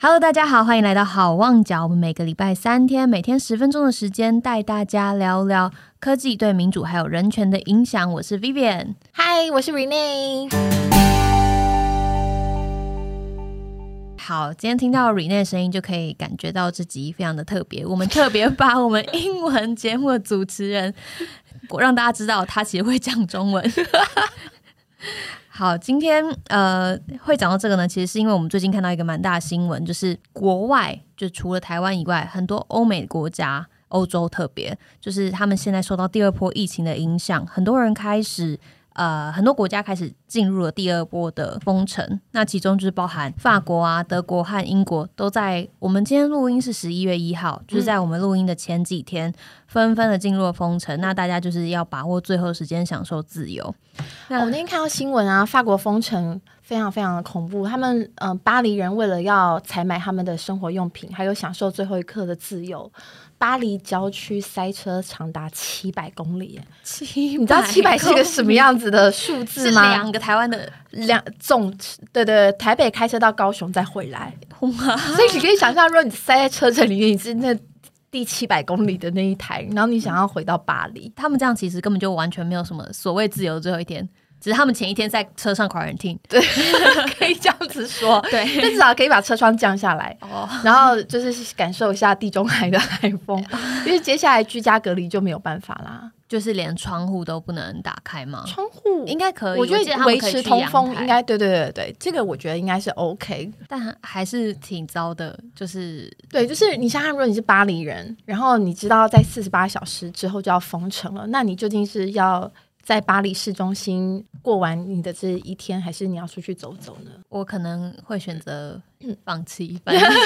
Hello， 大家好，欢迎来到好望角。我们每个礼拜3天，每天10分钟的时间，带大家聊聊科技对民主还有人权的影响。我是 Vivian， 嗨，我是 Renee。 好，今天听到 Renee 的声音，就可以感觉到这集非常的特别。我们特别把我们英文节目的主持人，让大家知道他其实会讲中文。好，今天会讲到这个呢，其实是因为我们最近看到一个蛮大的新闻，就是国外就除了台湾以外，很多欧美国家，欧洲特别，就是他们现在受到第二波疫情的影响，很多人开始很多国家开始进入了第二波的封城，那其中就是包含法国啊、德国和英国，都在我们今天录音是11月1号，就是在我们录音的前几天，纷纷的进入了封城。那大家就是要把握最后时间，享受自由。 我那天看到新闻啊，法国封城非常非常的恐怖。他们巴黎人为了要采买他们的生活用品，还有享受最后一刻的自由，巴黎郊区塞车长达700公里。你知道700是个什么样子的数字吗？ 是2个台湾的对对，台北开车到高雄再回来。所以你可以想象，如果你塞在车阵里面，你是那第700公里的那一台，然后你想要回到巴黎， 他们这样其实根本就完全没有什么所谓自由的最后一天，只是他们前一天在车上 quarantine。 对，可以这样子说。 对， 但至少可以把车窗降下来，然后就是感受一下地中海的海风。因为接下来居家隔离就没有办法啦， 就是连窗户都不能打开吗？ 窗户应该可以， 我觉得维持通风应该对，这个我觉得应该是 OK， 但还是挺糟的。就是你想想，如果你是巴黎人，然后你知道在48小时之后就要封城了，那你究竟是要在巴黎市中心过完你的这一天，还是你要出去走走呢？ 我可能会选择放弃。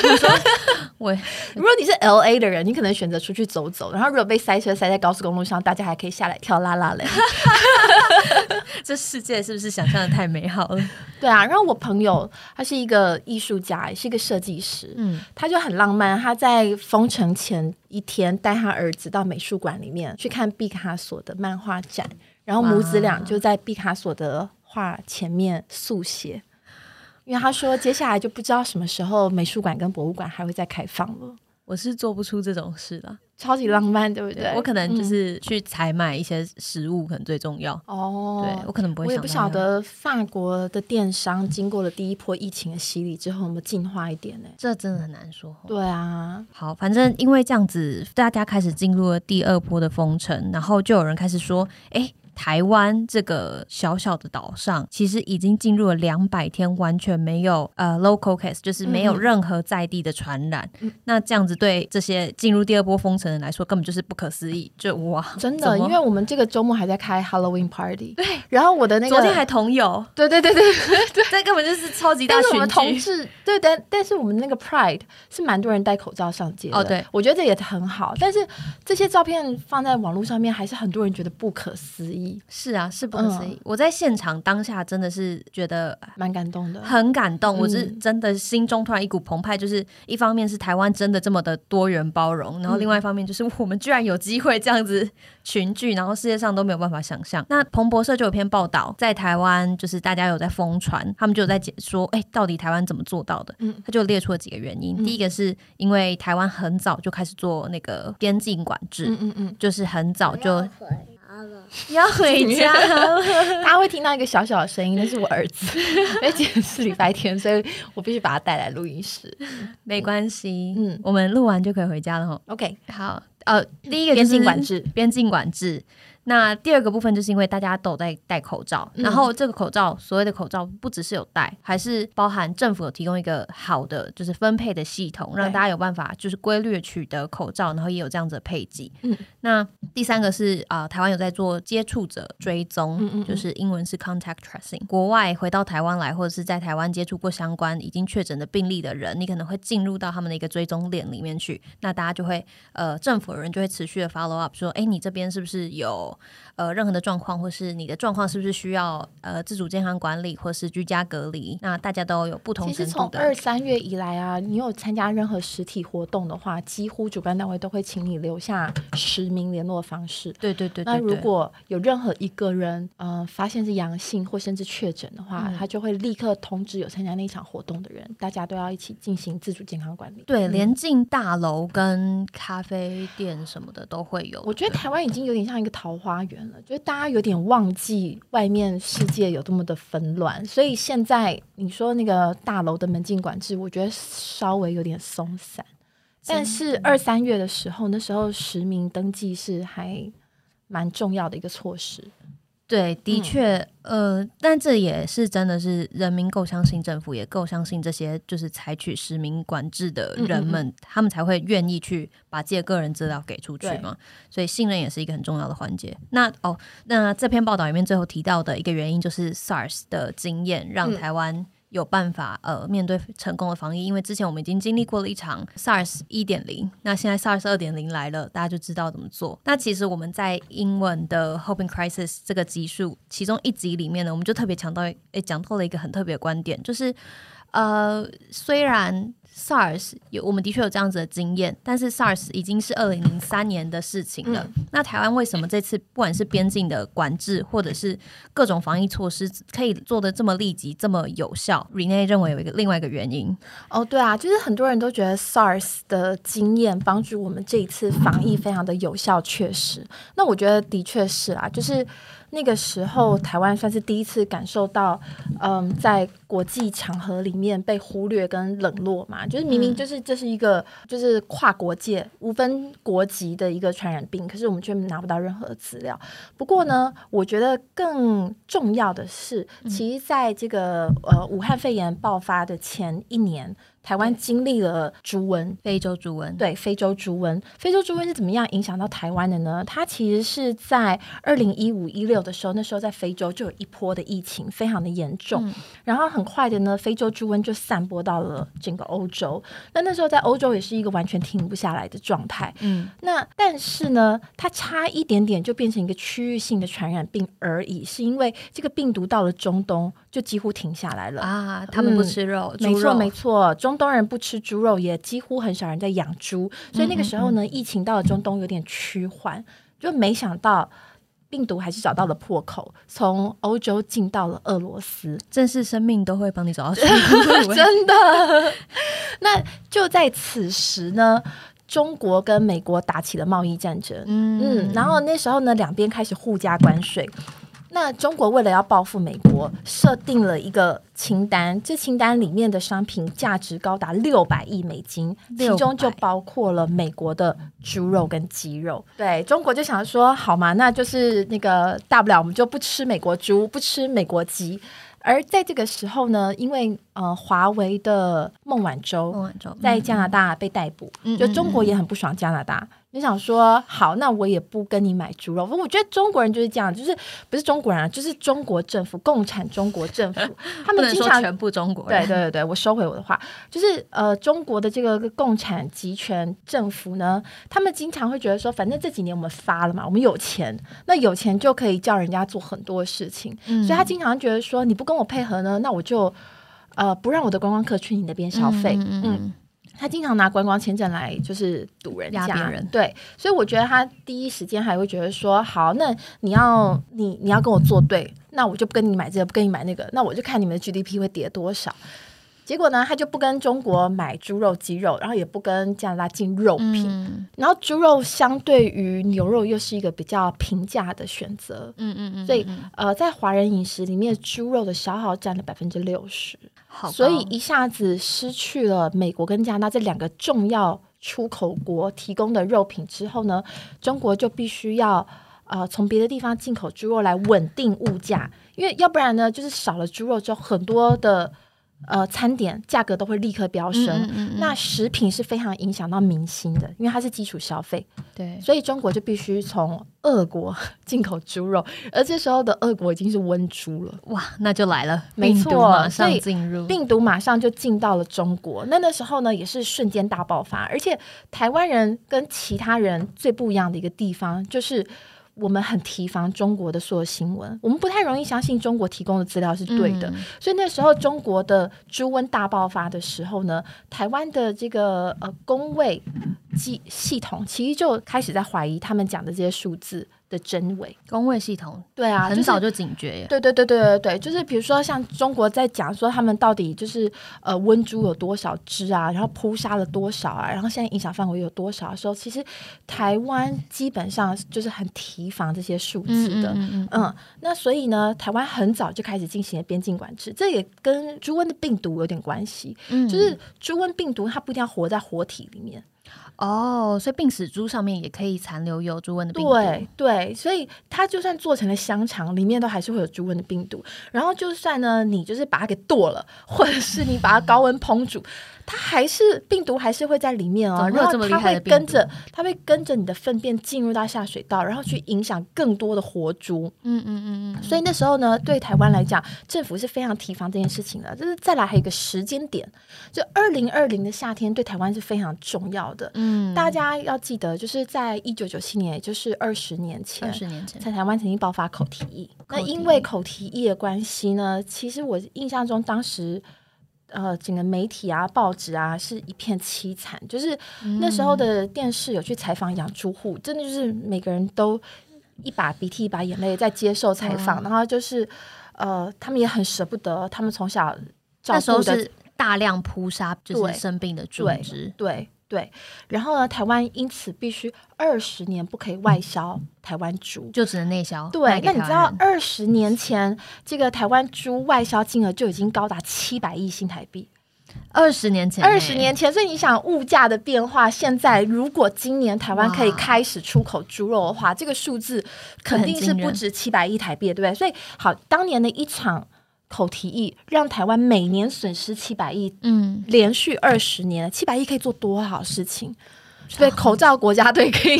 如果你是 LA 的人，你可能选择出去走走，然后如果被塞车塞在高速公路上，大家还可以下来跳啦啦嘞。 这世界是不是想象的太美好了？ 对啊，然后我朋友他是一个艺术家，也是一个设计师，他就很浪漫，他在封城前一天带他儿子到美术馆里面去看毕卡索的漫画展，然后母子俩就在毕卡索的画前面速写，因为他说接下来就不知道什么时候美术馆跟博物馆还会再开放了。 我是做不出这种事啦， 超级浪漫，对不对？ 我可能就是去采买一些食物，可能最重要。对，我可能不会想到。我也不晓得法国的电商经过了第一波疫情的洗礼之后有没有进化一点呢？ 这真的很难说。 对啊， 好，反正因为这样子，大家开始进入了第二波的封城，然后就有人开始说，台湾这个小小的岛上，其实已经进入了200天，完全没有local case， 就是没有任何在地的传染。那这样子对这些进入第二波封城的人来说，根本就是不可思议。就哇， 真的，因为我们这个周末还在开 Halloween party， 对，然后我的那个昨天还同游， 对，这根本就是超级大群聚。但是我们同志，对，但是我们那个 Pride 是蛮多人戴口罩上街的。 对， 我觉得也很好。但是这些照片放在网络上面，还是很多人觉得不可思议。 是啊，是不可思议。我在现场当下真的是觉得蛮感动的， 很感动。我是真的心中突然一股澎湃，就是一方面是台湾真的这么的多元包容，然后另外一方面就是我们居然有机会这样子群聚，然后世界上都没有办法想象。那彭博社就有篇报道，在台湾就是大家有在疯传，他们就有在说到底台湾怎么做到的。他就列出了几个原因。第一个是因为台湾很早就开始做那个边境管制，就是很早就要回家了。 大家会听到一个小小的声音，那是我儿子，因为今天是礼拜天，所以我必须把他带来录音室。 没关系，我们录完就可以回家了齁。 OK， 好，第一个就是边境管制。那第二个部分就是因为大家都在戴口罩，然后这个口罩，所谓的口罩不只是有戴，还是包含政府有提供一个好的就是分配的系统，让大家有办法就是规律取得口罩，然后也有这样子的配给。那第三个是台湾有在做接触者追踪，就是英文是 contact tracing。国外回到台湾来，或者是在台湾接触过相关已经确诊的病例的人，你可能会进入到他们的一个追踪链里面去，那大家就会政府的人就会持续的 follow up， 说你这边是不是有有任何的状况，或是你的状况是不是需要自主健康管理或是居家隔离，那大家都有不同程度的。 其实从2、3月以来啊，你有参加任何实体活动的话，几乎主办单位都会请你留下实名联络方式。 对对对对对。 那如果有任何一个人发现是阳性或甚至确诊的话，他就会立刻通知有参加那一场活动的人，大家都要一起进行自主健康管理。 对，连进大楼跟咖啡店什么的都会有。 我觉得台湾已经有点像一个桃花源了，就是大家有点忘记外面世界有多么的纷乱，所以现在你说那个大楼的门禁管制，我觉得稍微有点松散。但是2、3月的时候，那时候实名登记是还蛮重要的一个措施。 对，的确，但这也是真的是人民够相信政府，也够相信这些就是采取实名管制的人们，他们才会愿意去把自己的个人资料给出去嘛。所以信任也是一个很重要的环节。那这篇报道里面最后提到的一个原因就是 SARS 的经验让台湾有办法面对成功的防疫，因为之前我们已经经历过了一场 SARS 1.0， 那现在 SARS 2.0 来了，大家就知道怎么做。那其实我们在英文的 Hope in Crisis 这个集数其中一集里面呢，我们就特别讲到了一个很特别的观点，就是虽然 SARS 我们的确有这样子的经验，但是 SARS 已经是2003年的事情了。那台湾为什么这次不管是边境的管制或者是各种防疫措施可以做得这么立即这么有效？ Renee 认为有另外一个原因。 对啊，就是很多人都觉得 SARS 的经验帮助我们这一次防疫非常的有效，确实。那我觉得的确是啊，就是那个时候台湾算是第一次感受到在国际场合里面被忽略跟冷落嘛，就是明明就是这是一个就是跨国界无分国籍的一个传染病，可是我们却拿不到任何的资料。不过呢，我觉得更重要的是，其实在这个武汉肺炎爆发的前1年，台湾经历了猪瘟， 非洲猪瘟。 对，非洲猪瘟。非洲猪瘟是怎么样影响到台湾的呢？它其实是在2015、16的时候，那时候在非洲就有一波的疫情，非常的严重。然后很快的呢，非洲猪瘟就散播到了整个欧洲。那时候在欧洲也是一个完全停不下来的状态。那但是呢，它差一点点就变成一个区域性的传染病而已，是因为这个病毒到了中东就几乎停下来了啊。他们不吃肉， 没错没错，中东人不吃猪肉，也几乎很少人在养猪，所以那个时候呢，疫情到了中东有点趋缓，就没想到病毒还是找到了破口，从欧洲进到了俄罗斯。 正是生命都会帮你找到出路真的。那就在此时呢，中国跟美国打起了贸易战争。然后那时候呢，两边开始互加关税。那中国为了要报复美国，设定了一个清单，这清单里面的商品价值高达600亿美金，其中就包括了美国的猪肉跟鸡肉。对，中国就想说，好嘛，那就是那个大不了我们就不吃美国猪，不吃美国鸡。而在这个时候呢，因为华为的孟晚舟在加拿大被逮捕，就中国也很不爽加拿大，就想说好，那我也不跟你买猪肉。我觉得中国人就是这样，就是不是中国人啊，就是中国政府，共产中国政府，他们经常不能说全部中国人。 对，我收回我的话，就是中国的这个共产集权政府呢，他们经常会觉得说，反正这几年我们发了嘛，我们有钱，那有钱就可以叫人家做很多事情，所以他经常觉得说，你不跟我配合呢，那我就不让我的观光客去你那边消费。他经常拿观光签证来就是堵人家， 压别人。 对，所以我觉得他第一时间还会觉得说，好，那你要跟我作对，那我就不跟你买这个，不跟你买那个，那我就看你们的 GDP 会跌多少。结果呢，他就不跟中国买猪肉鸡肉，然后也不跟加拿大进肉品，然后猪肉相对于牛肉又是一个比较平价的选择。所以在华人饮食里面，猪肉的消耗占了60%，所以一下子失去了美国跟加拿大这两个重要出口国提供的肉品之后呢，中国就必须要从别的地方进口猪肉来稳定物价，因为要不然呢，就是少了猪肉之后，很多的餐点价格都会立刻飙升。那食品是非常影响到民心的，因为它是基础消费。 对， 所以中国就必须从俄国进口猪肉，而这时候的俄国已经是瘟猪了。 哇，那就来了， 没错， 病毒马上进入， 病毒马上就进到了中国。那时候呢，也是瞬间大爆发。而且台湾人跟其他人最不一样的一个地方，就是我们很提防中国的所有新闻，我们不太容易相信中国提供的资料是对的，所以那时候中国的猪瘟大爆发的时候呢，台湾的这个公卫系统其实就开始在怀疑他们讲的这些数字的真伪。 公卫系统， 对啊， 很早就警觉耶。 对对对对对对，就是比如说像中国在讲说他们到底就是瘟猪有多少只啊，然后扑杀了多少啊，然后现在影响范围有多少的时候，其实台湾基本上就是很提防这些数字的。那所以呢，台湾很早就开始进行了边境管制，这也跟猪瘟的病毒有点关系。就是猪瘟病毒它不一定要活在活体里面。 所以病死猪上面也可以残留有猪瘟的病毒。 对，所以它就算做成了香肠，里面都还是会有猪瘟的病毒。然后就算呢，你就是把它给剁了，或者是你把它高温烹煮，它还是病毒还是会在里面哦。然后它会跟着你的粪便进入到下水道，然后去影响更多的活猪。所以那时候呢，对台湾来讲，政府是非常提防这件事情的。就是再来还有一个时间点，就2020的夏天对台湾是非常重要的。大家要记得，就是在1997年，也就是20年前，在台湾曾经爆发口蹄疫。那因为口蹄疫的关系呢，其实我印象中当时整个媒体啊、报纸啊是一片凄惨，就是那时候的电视有去采访养猪户，真的就是每个人都一把鼻涕一把眼泪在接受采访，然后就是他们也很舍不得，他们从小照顾的那时候是大量扑杀就是生病的猪只， 对，然后呢，台湾因此必须20年不可以外销台湾猪， 就只能内销。 对，那你知道20年前这个台湾猪外销金额就已经高达700亿新台币。 20年前， 所以你想物价的变化，现在如果今年台湾可以开始出口猪肉的话，这个数字肯定是不止700亿台币，对不对？所以好，当年的一场口蹄疫让台湾每年损失700亿，连续20年，700亿可以做多少事情？对，口罩国家队可以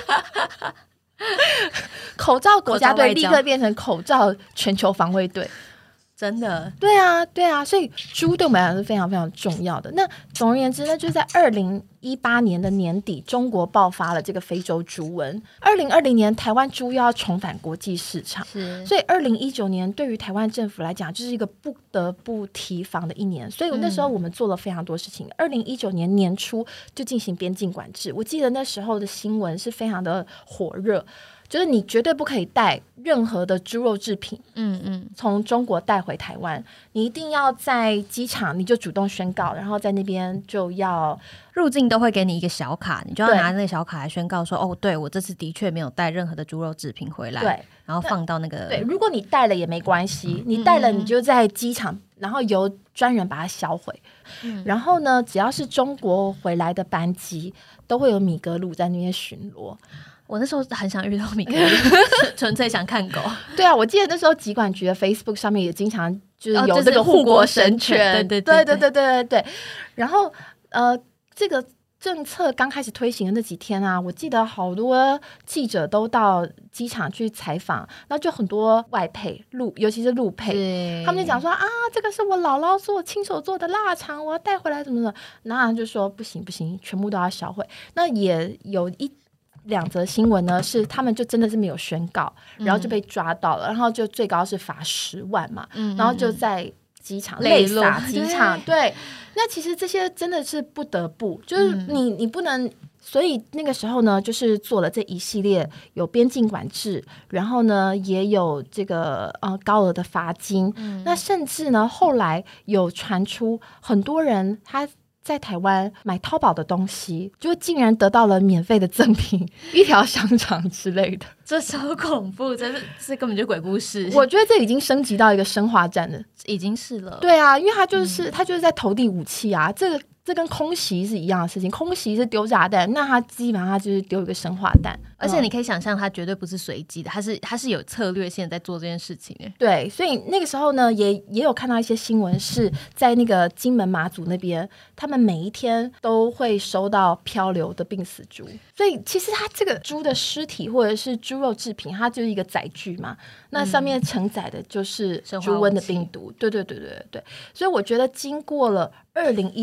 口罩国家队立刻变成口罩全球防卫队。 真的， 对啊，所以猪对我们来讲是非常非常重要的。那总而言之呢，就在2018年的年底，中国爆发了这个非洲猪瘟。2020年，台湾猪又要重返国际市场，所以2019年对于台湾政府来讲，就是一个不得不提防的一年。所以那时候我们做了非常多事情。2019年年初就进行边境管制，我记得那时候的新闻是非常的火热。就是你绝对不可以带任何的猪肉制品，从中国带回台湾。你一定要在机场你就主动宣告，然后在那边就要入境都会给你一个小卡，你就要拿那个小卡来宣告说，哦，对，我这次的确没有带任何的猪肉制品回来， 对， 然后放到那个对。如果你带了也没关系，你带了你就在机场，然后由专人把它销毁。然后呢，只要是中国回来的班机，都会有米格鲁在那边巡逻。 我那时候很想遇到米格鲁，纯粹想看狗。 对啊，我记得那时候疾管局的 Facebook 上面也经常就是有这个护国神犬，对。然后这个政策刚开始推行的那几天啊，我记得好多记者都到机场去采访，然后就很多外配尤其是陆配，他们就讲说啊，这个是我姥姥亲手做的腊肠，我要带回来怎么的，那就说不行，全部都要销毁。那也有2则新闻呢，是他们就真的是没有宣告，然后就被抓到了，然后就最高是罚10万嘛，然后就在机场泪洒机场。对，那其实这些真的是不得不，就是你不能，所以那个时候呢，就是做了这一系列有边境管制，然后呢也有这个高额的罚金，那甚至呢后来有传出很多人他在台湾买淘宝的东西，就竟然得到了免费的赠品，一条香肠之类的。 这超恐怖，这根本就鬼故事。 我觉得这已经升级到一个生化战了， 已经是了。 对啊，因为他就是在投递武器啊，这跟空袭是一样的事情，空袭是丢炸弹，那他基本上他就是丢一个生化弹， 而且你可以想象，他绝对不是随机的，他是有策略性在做这件事情。 对，所以那个时候呢，也有看到一些新闻是在那个金门马祖那边，他们每一天都会收到漂流的病死猪，所以其实他这个猪的尸体或者是猪肉制品，它就是一个载具嘛，那上面承载的就是猪瘟的病毒。对，所以我觉得经过了2019年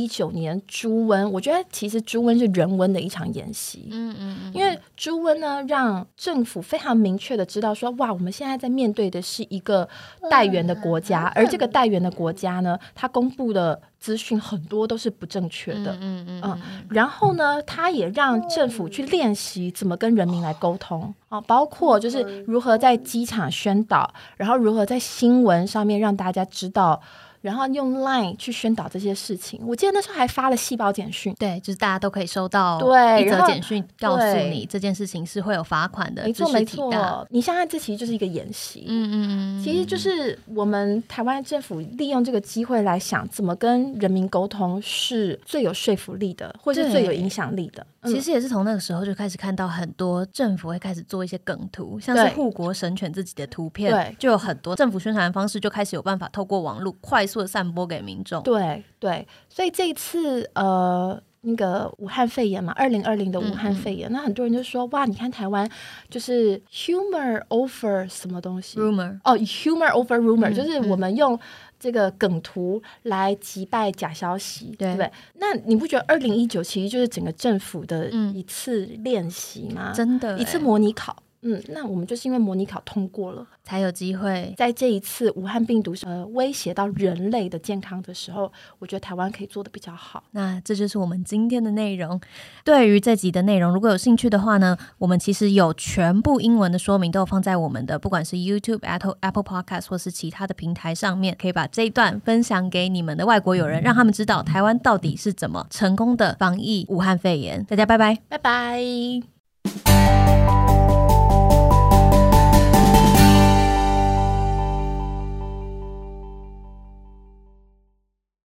年猪瘟，我觉得其实猪瘟是人瘟的一场演习。因为猪瘟呢，让政府非常明确的知道说，哇，我们现在在面对的是一个带源的国家，而这个带源的国家呢，它公布的资讯很多都是不正确的。然后呢，它也让政府去练习怎么跟人民来沟通，包括就是如何在机场宣导，然后如何在新闻上面让大家知道，然后用 LINE 去宣导这些事情。我记得那时候还发了细胞简讯， 对，就是大家都可以收到对一则简讯，告诉你这件事情是会有罚款的， 没错没错。你想想，这其实就是一个演习，其实就是我们台湾政府利用这个机会来想怎么跟人民沟通是最有说服力的，或是最有影响力的。 其实也是从那个时候就开始看到很多政府会开始做一些梗图，像是护国神犬自己的图片，就有很多政府宣传的方式就开始有办法透过网络快速的散播给民众。 对对，所以这一次那个武汉肺炎嘛，2020的武汉肺炎，那很多人就说，哇，你看台湾就是 humor over 什么东西 rumor humor over rumor，就是我们用这个梗图来击败假消息，对不对？那你不觉得2019其实就是整个政府的一次练习吗？ 真的， 一次模拟考。那我们就是因为模拟考通过了， 才有机会在这一次武汉病毒威胁到人类的健康的时候，我觉得台湾可以做得比较好。 那这就是我们今天的内容。对于这集的内容，如果有兴趣的话呢，我们其实有全部英文的说明都有放在我们的不管是 YouTube、Apple Podcast 或是其他的平台上面，可以把这一段分享给你们的外国友人，让他们知道台湾到底是怎么成功的防疫武汉肺炎。大家拜拜， 拜拜。